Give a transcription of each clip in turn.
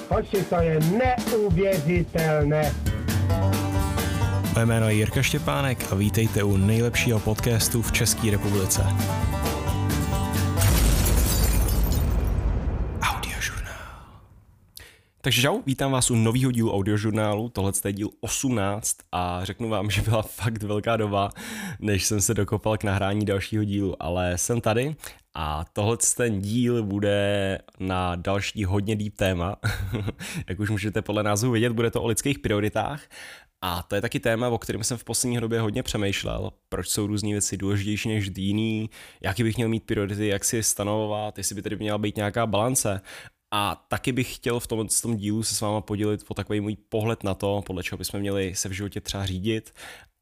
Hoši, to je neuvěřitelné. Moje jméno je Jirka Štěpánek a vítejte u nejlepšího podcastu v České republice. Audiožurnál. Takže čau, vítám vás u nového dílu Audiožurnálu, tohle je díl 18 a řeknu vám, že byla fakt velká doba, než jsem se dokopal k nahrání dalšího dílu, ale jsem tady a tohle ten díl bude na další hodně deep téma. Jak už můžete podle názvu vidět, bude to o lidských prioritách. A to je taky téma, o kterém jsem v poslední době hodně přemýšlel, proč jsou různé věci důležitější než jiný, jaký bych měl mít priority, jak si je stanovovat, jestli by tady měla být nějaká balance. A taky bych chtěl v tom dílu se s váma podělit o takový můj pohled na to, podle čeho bychom měli se v životě třeba řídit.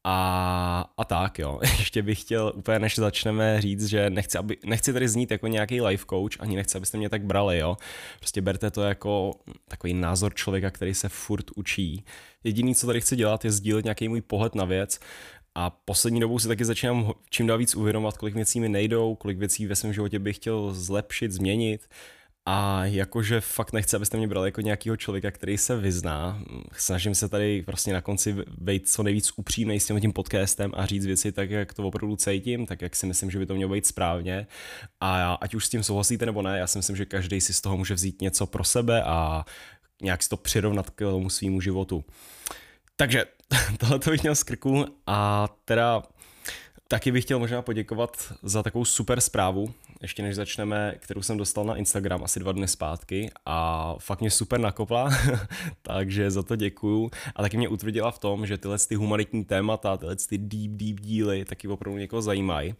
A tak jo, ještě bych chtěl úplně než začneme říct, že nechci tady znít jako nějaký life coach, ani nechci, abyste mě tak brali, jo. Prostě berte to jako takový názor člověka, který se furt učí. Jediný, co tady chci dělat, je sdílet nějaký můj pohled na věc a poslední dobou si taky začínám čím dál víc uvědomovat, kolik věcí mi nejdou, kolik věcí ve svém životě bych chtěl zlepšit, změnit. A jakože fakt nechci, abyste mě brali jako nějakého člověka, který se vyzná. Snažím se tady prostě na konci být co nejvíc upřímnej s tím podcastem a říct věci tak, jak to opravdu cítím, tak jak si myslím, že by to mělo být správně. A ať už s tím souhlasíte nebo ne, já si myslím, že každý si z toho může vzít něco pro sebe a nějak si to přirovnat k tomu svýmu životu. Takže tohle to bych měl z krku a teda taky bych chtěl možná poděkovat za takovou super zprávu, ještě než začneme, kterou jsem dostal na Instagram asi 2 dny zpátky a fakt mě super nakopla, takže za to děkuju a taky mě utvrdila v tom, že tyhle ty humanitní témata, tyhle ty deep díly taky opravdu někoho zajímají.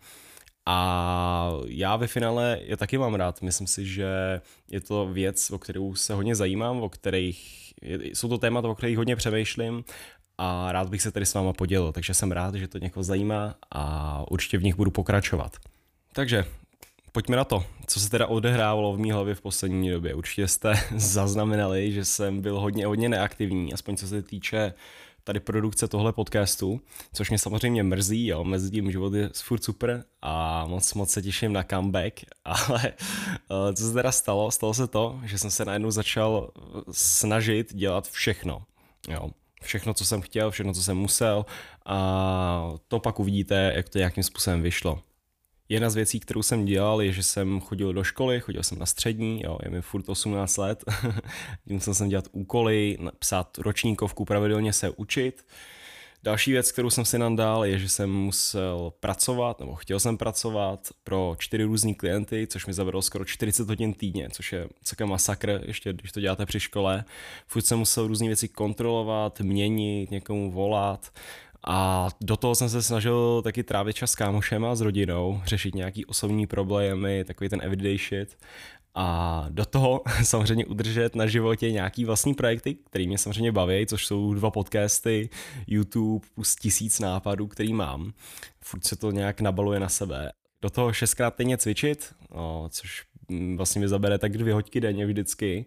A já ve finále je taky mám rád, myslím si, že je to věc, o kterou se hodně zajímám, jsou to témata, o kterých hodně přemýšlím a rád bych se tady s váma podělil, takže jsem rád, že to někoho zajímá a určitě v nich budu pokračovat. Takže pojďme na to, co se teda odehrávalo v mý hlavě v poslední době. Určitě jste zaznamenali, že jsem byl hodně neaktivní, aspoň co se týče tady produkce tohle podcastu, což mě samozřejmě mrzí, jo, mezi tím život je furt super a moc se těším na comeback, ale co se teda stalo? Stalo se to, že jsem se najednou začal snažit dělat všechno, jo. Všechno, co jsem chtěl, všechno, co jsem musel a to pak uvidíte, jak to nějakým způsobem vyšlo. Jedna z věcí, kterou jsem dělal, je, že jsem chodil do školy, chodil jsem na střední, jo, je mi furt 18 let, musel jsem dělat úkoly, psát ročníkovku, pravidelně se učit. Další věc, kterou jsem si nadal, je, že jsem musel pracovat, nebo chtěl jsem pracovat pro 4 různý klienty, což mi zabralo skoro 40 hodin týdně, což je celkem masakr, ještě když to děláte při škole. Furt jsem musel různé věci kontrolovat, měnit, někomu volat. A do toho jsem se snažil taky trávit čas s kámošema, s rodinou, řešit nějaký osobní problémy, takový ten everyday shit. A do toho samozřejmě udržet na životě nějaký vlastní projekty, které mě samozřejmě baví, což jsou 2 podcasty, YouTube plus 1000 nápadů, který mám. Furt se to nějak nabaluje na sebe. Do toho 6krát týdně cvičit, což vlastně mi zabere tak 2 hodiny denně vždycky.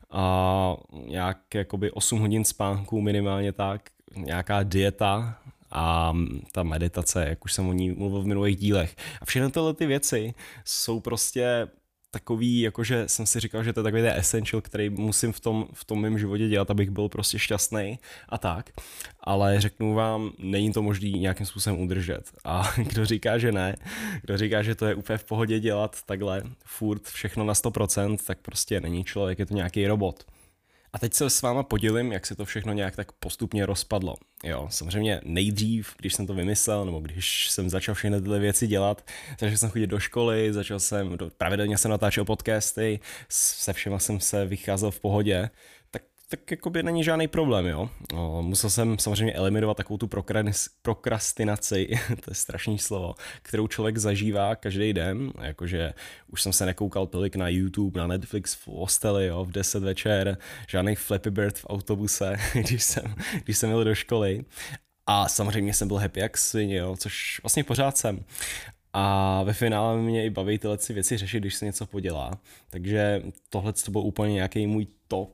A nějak jakoby 8 hodin spánku minimálně tak, nějaká dieta a ta meditace, jak už jsem o ní mluvil v minulých dílech. A všechny tyhle ty věci jsou prostě takový, jakože jsem si říkal, že to je takový ten essential, který musím v tom mém životě dělat, abych byl prostě šťastný a tak. Ale řeknu vám, není to možný nějakým způsobem udržet. A kdo říká, že ne, kdo říká, že to je úplně v pohodě dělat takhle furt všechno na 100%, tak prostě není člověk, je to nějaký robot. A teď se s váma podělím, jak se to všechno nějak tak postupně rozpadlo. Jo, samozřejmě nejdřív, když jsem to vymyslel, nebo když jsem začal všechny tyhle věci dělat, začal jsem chodit do školy, pravidelně jsem natáčel podcasty, se všema jsem se vycházel v pohodě, tak jakoby není žádný problém, jo. Musel jsem samozřejmě eliminovat takovou tu prokrastinaci, to je strašný slovo, kterou člověk zažívá každý den, jakože už jsem se nekoukal tolik na YouTube, na Netflix v posteli, jo, v 10 večer, žádný Flappy Bird v autobuse, když jsem jel do školy. A samozřejmě jsem byl happy jak svině, jo, což vlastně pořád jsem. A ve finále mě i baví tyhle věci řešit, když se něco podělá. Takže tohle to byl úplně nějaký můj top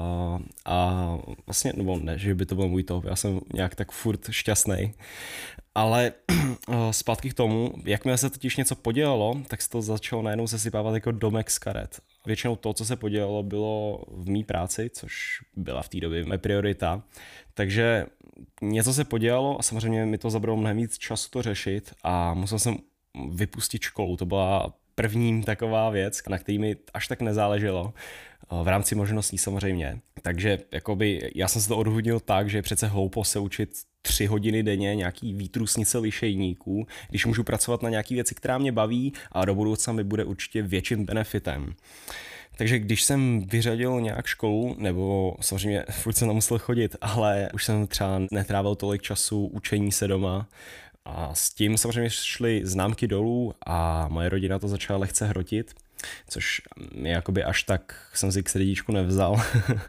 a vlastně, nebo ne, že by to byl můj top, já jsem nějak tak furt šťastný. Ale zpátky k tomu, jakmile se totiž něco podělalo, tak se to začalo najednou sesypávat jako domek z karet. Většinou to, co se podělalo, bylo v mý práci, což byla v té době moje priorita. Takže něco se podělalo a samozřejmě mi to zabralo mnohem víc času to řešit a musel jsem vypustit školu. To byla první taková věc, na který mi až tak nezáleželo, v rámci možností samozřejmě. Takže jakoby, já jsem se to odhudnil tak, že je přece hloupo se učit 3 hodiny denně nějaký výtrusnice lišejníků, když můžu pracovat na nějaký věci, která mě baví a do budoucna mi bude určitě větším benefitem. Takže když jsem vyřadil nějak školu, nebo samozřejmě furt jsem tam musel chodit, ale už jsem třeba netrávil tolik času učení se doma, a s tím samozřejmě šly známky dolů a moje rodina to začala lehce hrotit, což mi jakoby až tak jsem si k srdíčku nevzal,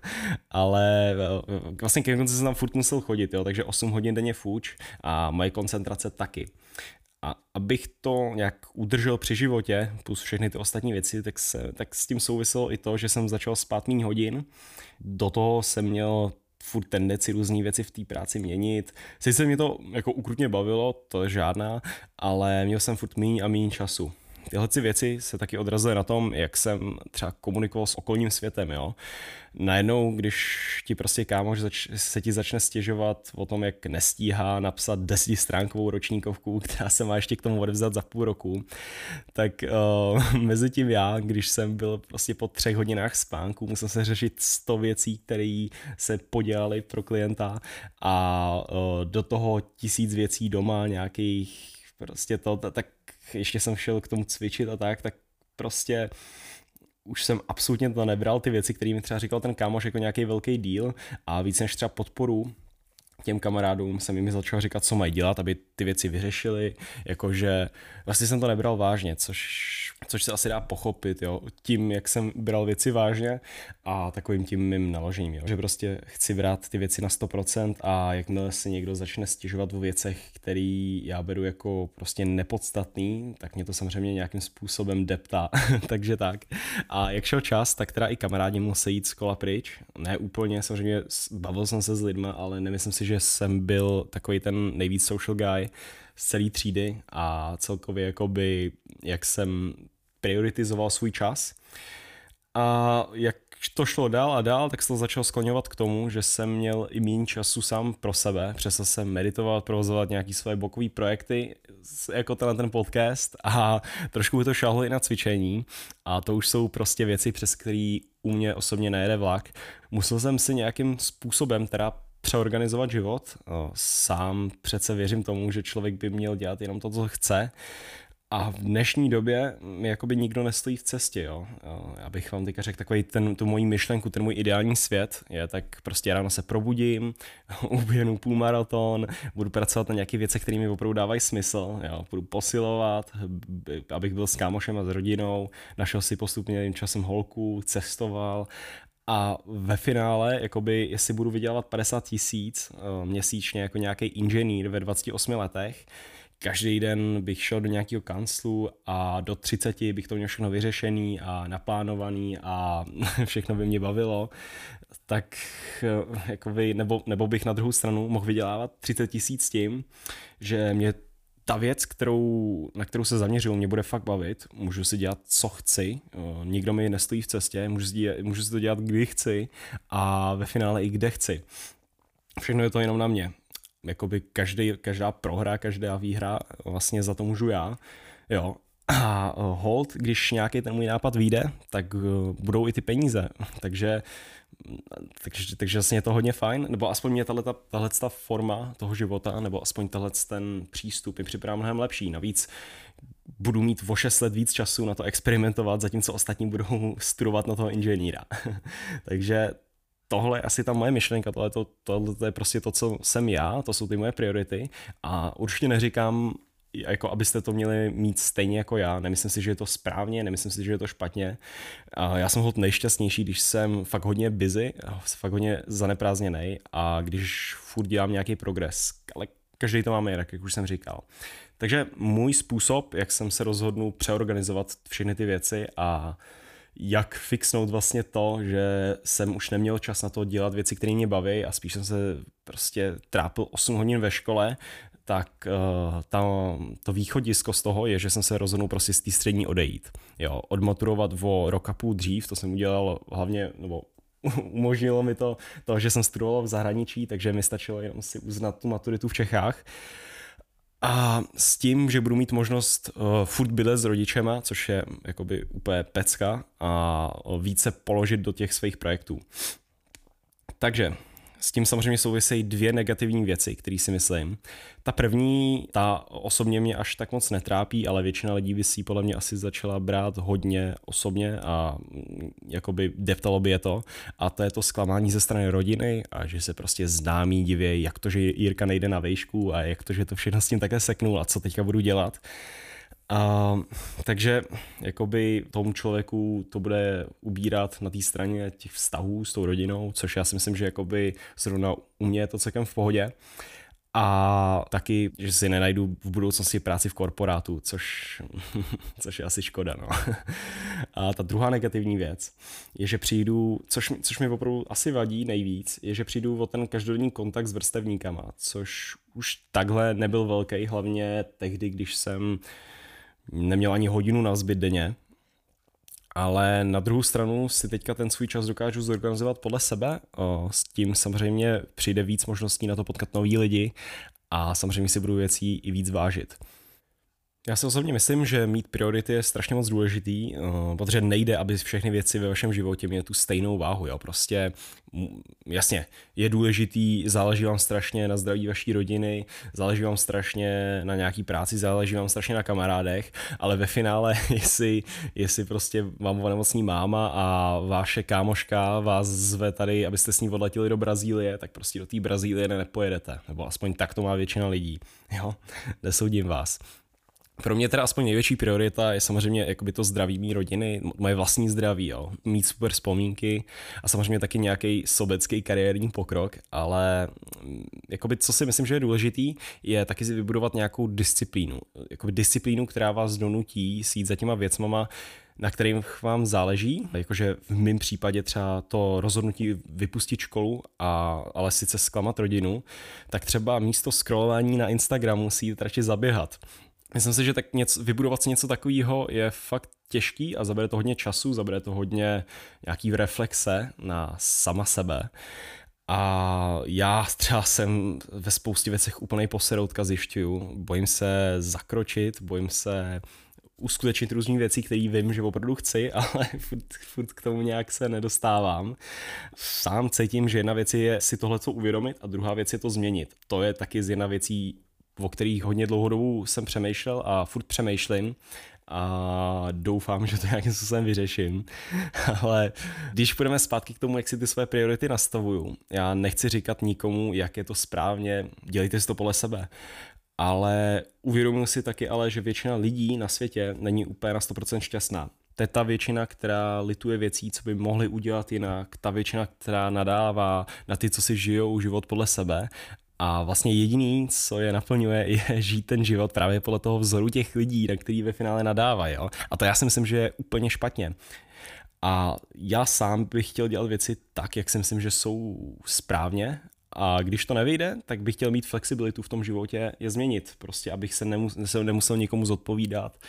ale vlastně ke konci jsem tam furt musel chodit, jo, takže 8 hodin denně fuč a moje koncentrace taky. A abych to nějak udržel při životě, plus všechny ty ostatní věci, tak s tím souviselo i to, že jsem začal spát méně hodin. Do toho jsem měl furt tendenci různý věci v té práci měnit. Sice mě to jako ukrutně bavilo, to je žádná, ale měl jsem furt méně a méně času. Tyhle věci se taky odrazily na tom, jak jsem třeba komunikoval s okolním světem, jo. Najednou, když ti prostě kámoš se ti začne stěžovat o tom, jak nestíhá napsat 10stránkovou ročníkovku, která se má ještě k tomu odevzdat za půl roku, tak mezi tím já, když jsem byl prostě po 3 hodinách spánku, musel se řešit 100 věcí, které se podělaly pro klienta a do toho 1000 věcí doma, nějakých prostě tak ještě jsem šel k tomu cvičit a tak prostě už jsem absolutně to nebral, ty věci, které mi třeba říkal ten kámoš jako nějaký velký deal a víc než třeba podporu těm kamarádům jsem jim začal říkat, co mají dělat, aby ty věci vyřešili, jakože vlastně jsem to nebral vážně, což se asi dá pochopit, jo, tím, jak jsem bral věci vážně a takovým tím mým naložením, jo, že prostě chci brát ty věci na 100% a jakmile si někdo začne stěžovat o věcech, který já beru jako prostě nepodstatný, tak mě to samozřejmě nějakým způsobem deptá, takže tak. A jak šel čas, tak teda i kamarádi museli jít z kola pryč, ne úplně, samozřejmě bavil jsem se s lidma, ale nemyslím si, že jsem byl takový ten nejvíc social guy z celé třídy a celkově jakoby, jak jsem prioritizoval svůj čas. A jak to šlo dál a dál, tak se to začalo skloňovat k tomu, že jsem měl i méně času sám pro sebe. Přestal jsem meditovat, provozovat nějaký své bokové projekty, jako ten podcast a trošku by to šáhlo i na cvičení. A to už jsou prostě věci, přes které u mě osobně nejede vlak. Musel jsem si nějakým způsobem teda přeorganizovat život. Sám přece věřím tomu, že člověk by měl dělat jenom to, co chce. A v dnešní době mi jakoby nikdo nestojí v cestě, jo. Já bych vám teďka řekl takový tu moji myšlenku, ten můj ideální svět je, tak prostě ráno se probudím, uběhnu půlmaraton, budu pracovat na nějakých věcech, které mi opravdu dávají smysl, jo. Budu posilovat, abych byl s kámošem a s rodinou, našel si postupně časem holku, cestoval. A ve finále, jakoby, jestli budu vydělávat 50 000 měsíčně jako nějaký inženýr ve 28 letech, každý den bych šel do nějakého kanclu a do 30 bych to měl všechno vyřešený a naplánovaný a všechno by mě bavilo, tak jakoby, nebo bych na druhou stranu mohl vydělávat 30 000 tím, že mě ta věc, na kterou se zaměřil, mě bude fakt bavit, můžu si dělat, co chci, nikdo mi nestojí v cestě, můžu si to dělat, kdy chci a ve finále i kde chci. Všechno je to jenom na mě. Jakoby každá prohra, každá výhra, vlastně za to můžu já. Jo. A hold, když nějaký ten můj nápad vyjde, tak budou i ty peníze. Takže vlastně je to hodně fajn, nebo aspoň mě tahleta forma toho života, nebo aspoň ten přístup mi připadá mnohem lepší. Navíc budu mít o 6 let víc času na to experimentovat, zatímco ostatní budou studovat na toho inženýra. Takže tohle je asi ta moje myšlenka, tohle je prostě to, co jsem já, to jsou ty moje priority a určitě neříkám, jako abyste to měli mít stejně jako já, nemyslím si, že je to správně, nemyslím si, že je to špatně. A já jsem hodně nejšťastnější, když jsem fakt hodně busy, fakt hodně zaneprázdněnej a když furt dělám nějaký progres, ale každý to máme jinak, jak už jsem říkal. Takže můj způsob, jak jsem se rozhodnul přeorganizovat všechny ty věci a jak fixnout vlastně to, že jsem už neměl čas na to dělat věci, které mě baví a spíš jsem se prostě trápil 8 hodin ve škole, tak to východisko z toho je, že jsem se rozhodnul prostě z té střední odejít. Jo, odmaturovat o rok a půl dřív, to jsem udělal hlavně, nebo umožnilo mi to, že jsem studoval v zahraničí, takže mi stačilo jenom si uznat tu maturitu v Čechách. A s tím, že budu mít možnost furt bydlet s rodičema, což je jakoby úplně pecka, a více položit do těch svých projektů. Takže s tím samozřejmě souvisejí dvě negativní věci, které si myslím. Ta první, ta osobně mě až tak moc netrápí, ale většina lidí by si podle mě asi začala brát hodně osobně a jakoby deptalo by je to. A to je to zklamání ze strany rodiny a že se prostě známí divějí, jak to, že Jirka nejde na vejšku a jak to, že to všechno s tím také seknul a co teďka budu dělat. Takže jakoby tomu člověku to bude ubírat na té straně těch vztahů s tou rodinou, což já si myslím, že jakoby zrovna u mě je to celkem v pohodě. A taky, že si nenajdu v budoucnosti práci v korporátu, což je asi škoda. No. A ta druhá negativní věc je, že přijdu, což mi opravdu asi vadí nejvíc, je, že přijdu o ten každodenní kontakt s vrstevníkama, což už takhle nebyl velký, hlavně tehdy, když jsem neměl ani hodinu na zbyt denně, ale na druhou stranu si teďka ten svůj čas dokážu zorganizovat podle sebe, s tím samozřejmě přijde víc možností na to potkat nový lidi a samozřejmě si budu věcí i víc vážit. Já si osobně myslím, že mít priority je strašně moc důležitý, protože nejde, aby všechny věci ve vašem životě měly tu stejnou váhu. Jo? Prostě jasně, je důležitý, záleží vám strašně na zdraví vaší rodiny, záleží vám strašně na nějaký práci, záleží vám strašně na kamarádech, ale ve finále, jestli prostě vám onemocní máma a vaše kámoška vás zve tady, abyste s ní odletěli do Brazílie, tak prostě do té Brazílie nepojedete. Nebo aspoň tak to má většina lidí. Jo? Nesoudím vás. Pro mě teda aspoň největší priorita je samozřejmě jakoby to zdraví mý rodiny, moje vlastní zdraví, jo. Mít super vzpomínky a samozřejmě taky nějaký sobecký kariérní pokrok, ale jakoby, co si myslím, že je důležitý, je taky si vybudovat nějakou disciplínu. Jakoby disciplínu, která vás donutí jít za těma věcmama, na kterých vám záleží, jakože v mém případě třeba to rozhodnutí vypustit školu, ale sice zklamat rodinu, tak třeba místo scrollování na Instagramu si jít radši zaběhat. Myslím si, že vybudovat si něco takového je fakt těžký a zabere to hodně času, zabere to hodně nějaký reflexe na sama sebe. A já třeba jsem ve spoustě věcech úplnej poseroutka, zjišťuju. Bojím se zakročit, bojím se uskutečnit různý věcí, které vím, že opravdu chci, ale furt k tomu nějak se nedostávám. Sám cítím, že jedna věc je si tohleto uvědomit a druhá věc je to změnit. To je taky z jedna věcí, o kterých hodně dlouhou dobu jsem přemýšlel a furt přemýšlím a doufám, že to nějakým způsobem vyřeším. Ale když půjdeme zpátky k tomu, jak si ty své priority nastavuju, já nechci říkat nikomu, jak je to správně, dělejte si to podle sebe. Ale uvědomuji si taky, že většina lidí na světě není úplně na 100% šťastná. To je ta většina, která lituje věcí, co by mohli udělat jinak, ta většina, která nadává na ty, co si žijou život podle sebe. A vlastně jediný, co je naplňuje, je žít ten život právě podle toho vzoru těch lidí, na který ve finále nadávají. Jo? A to já si myslím, že je úplně špatně. A já sám bych chtěl dělat věci tak, jak si myslím, že jsou správně. A když to nevyjde, tak bych chtěl mít flexibilitu v tom životě je změnit. Prostě abych se nemusel nikomu zodpovídat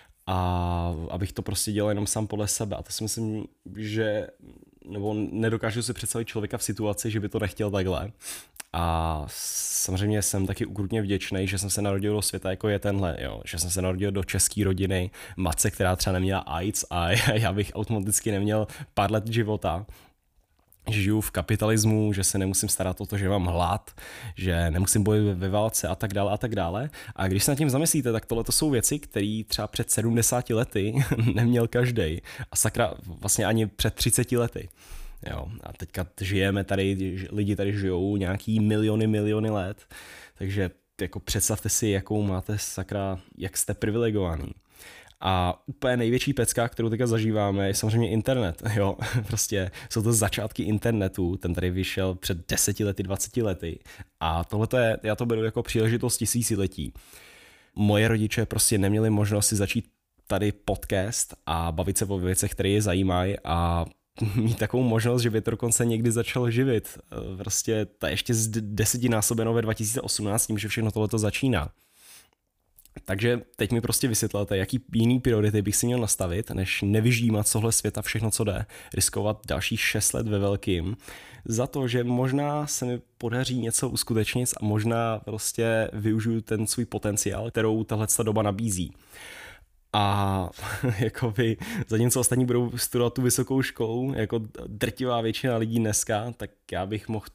a abych to prostě dělal jenom sám podle sebe. A to si myslím, že nebo nedokážu si představit člověka v situaci, že by to nechtěl takhle. A samozřejmě jsem taky ukrutně vděčný, že jsem se narodil do světa, jako je tenhle, jo? Že jsem se narodil do české rodiny, matce, která třeba neměla AIDS a já bych automaticky neměl pár let života. Že žiju v kapitalismu, že se nemusím starat o to, že mám hlad, že nemusím bojovat ve válce a tak dále a tak dále. A když se nad tím zamyslíte, tak tohle to jsou věci, které třeba před 70 lety neměl každej. A sakra vlastně ani před 30 lety. Jo, a teďka žijeme tady, lidi tady žijou nějaký miliony let, takže jako představte si, jakou máte sakra, jak jste privilegovaný. A úplně největší pecka, kterou teďka zažíváme, je samozřejmě internet. Jo, prostě jsou to začátky internetu, ten tady vyšel před 10 lety, 20 lety a tohle já to beru jako příležitost tisíciletí. Moje rodiče prostě neměli možnost si začít tady podcast a bavit se o věcech, které je zajímají a mít takovou možnost, že Větrokon se někdy začal živit. Prostě to je ještě z 10násobeno ve 2018 tím, že všechno tohleto začíná. Takže teď mi prostě vysvětlete, jaký jiný priority bych si měl nastavit, než nevyždímat z tohle světa všechno, co jde, riskovat dalších 6 let ve velkým, za to, že možná se mi podaří něco uskutečnit a možná prostě využiju ten svůj potenciál, kterou tahle doba nabízí. A jakoby zatímco ostatní budou studovat tu vysokou školu, jako drtivá většina lidí dneska, tak já bych mohl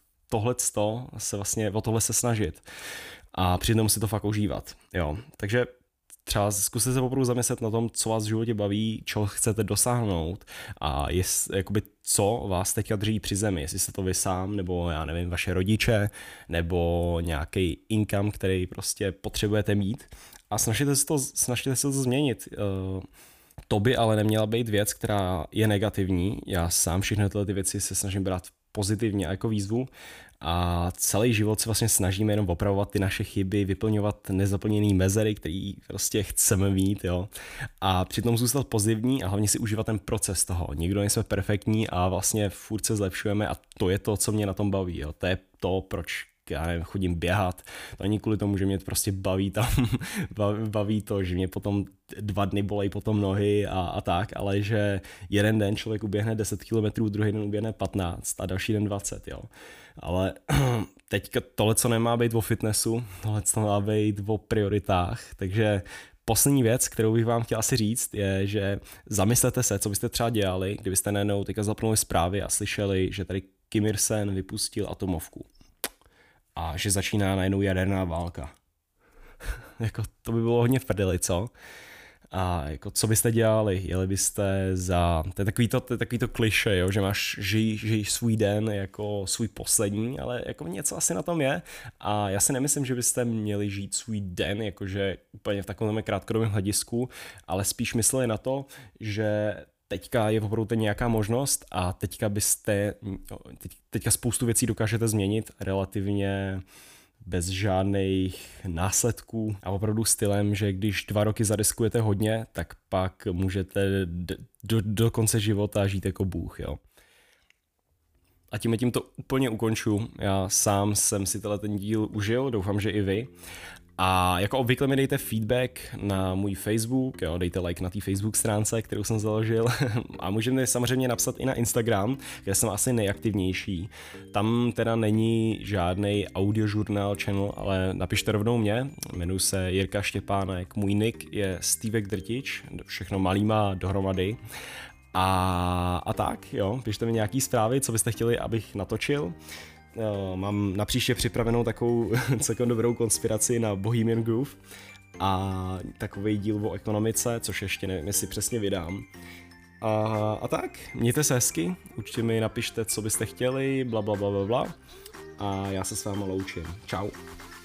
o tohle se snažit a přitom si to fakt užívat. Jo. Takže třeba zkuste se opravdu zamyslet na tom, co vás v životě baví, čeho chcete dosáhnout a jakoby, co vás teďka drží při zemi, jestli jste to vy sám, nebo já nevím, vaše rodiče, nebo nějaký income, který prostě potřebujete mít a snažte se to změnit. To by ale neměla být věc, která je negativní. Já sám všechny ty věci se snažím brát pozitivně jako výzvu a celý život se vlastně snažíme jenom opravovat ty naše chyby, vyplňovat nezaplněné mezery, který prostě chceme mít, jo. A přitom zůstat pozitivní a hlavně si užívat ten proces toho. Nikdo nejsme perfektní a vlastně furt se zlepšujeme a to je to, co mě na tom baví, jo. To je to, proč já nevím, chodím běhat, to není kvůli tomu, že mě prostě baví to, že mě potom 2 dny bolej potom nohy a tak, ale že jeden den člověk uběhne 10 km, druhý den uběhne 15 a další den 20, jo. Ale teďka tohle, co nemá být o fitnessu, tohle, co má být o prioritách, takže poslední věc, kterou bych vám chtěl asi říct, je, že zamyslete se, co byste třeba dělali, kdybyste najednou teďka zapnuli zprávy a slyšeli, že tady Kim Il-sen vypustil atomovku a že začíná najednou jaderná válka. Jako to by bylo hodně v prdeli, co? A jako co byste dělali? Jeli byste to je takový to kliše, jo? Že žiješ svůj den jako svůj poslední, ale jako něco asi na tom je. A já si nemyslím, že byste měli žít svůj den, jakože úplně v takovém krátkodobém hledisku, ale spíš mysleli na to, že teďka je opravdu nějaká možnost a teďka spoustu věcí dokážete změnit relativně bez žádných následků a opravdu stylem, že když 2 roky zariskujete hodně, tak pak můžete do konce života žít jako bůh, jo. A tím to úplně ukonču. Já sám jsem si ten díl užil, doufám, že i vy. A jako obvykle mi dejte feedback na můj Facebook, jo, dejte like na té Facebook stránce, kterou jsem založil a můžete samozřejmě napsat i na Instagram, kde jsem asi nejaktivnější. Tam teda není žádný audiožurnál channel, ale napište rovnou mě, jmenuji se Jirka Štěpánek, můj nick je Stevek Drtič, všechno malýma dohromady. A tak, jo, pište mi nějaký zprávy, co byste chtěli, abych natočil. Mám napříště připravenou takovou celkem dobrou konspiraci na Bohemian Groove a takovej díl o ekonomice, což ještě nevím, jestli přesně vydám. A tak, mějte se hezky, určitě mi napište, co byste chtěli, bla bla bla bla bla a já se s váma loučím. Čau.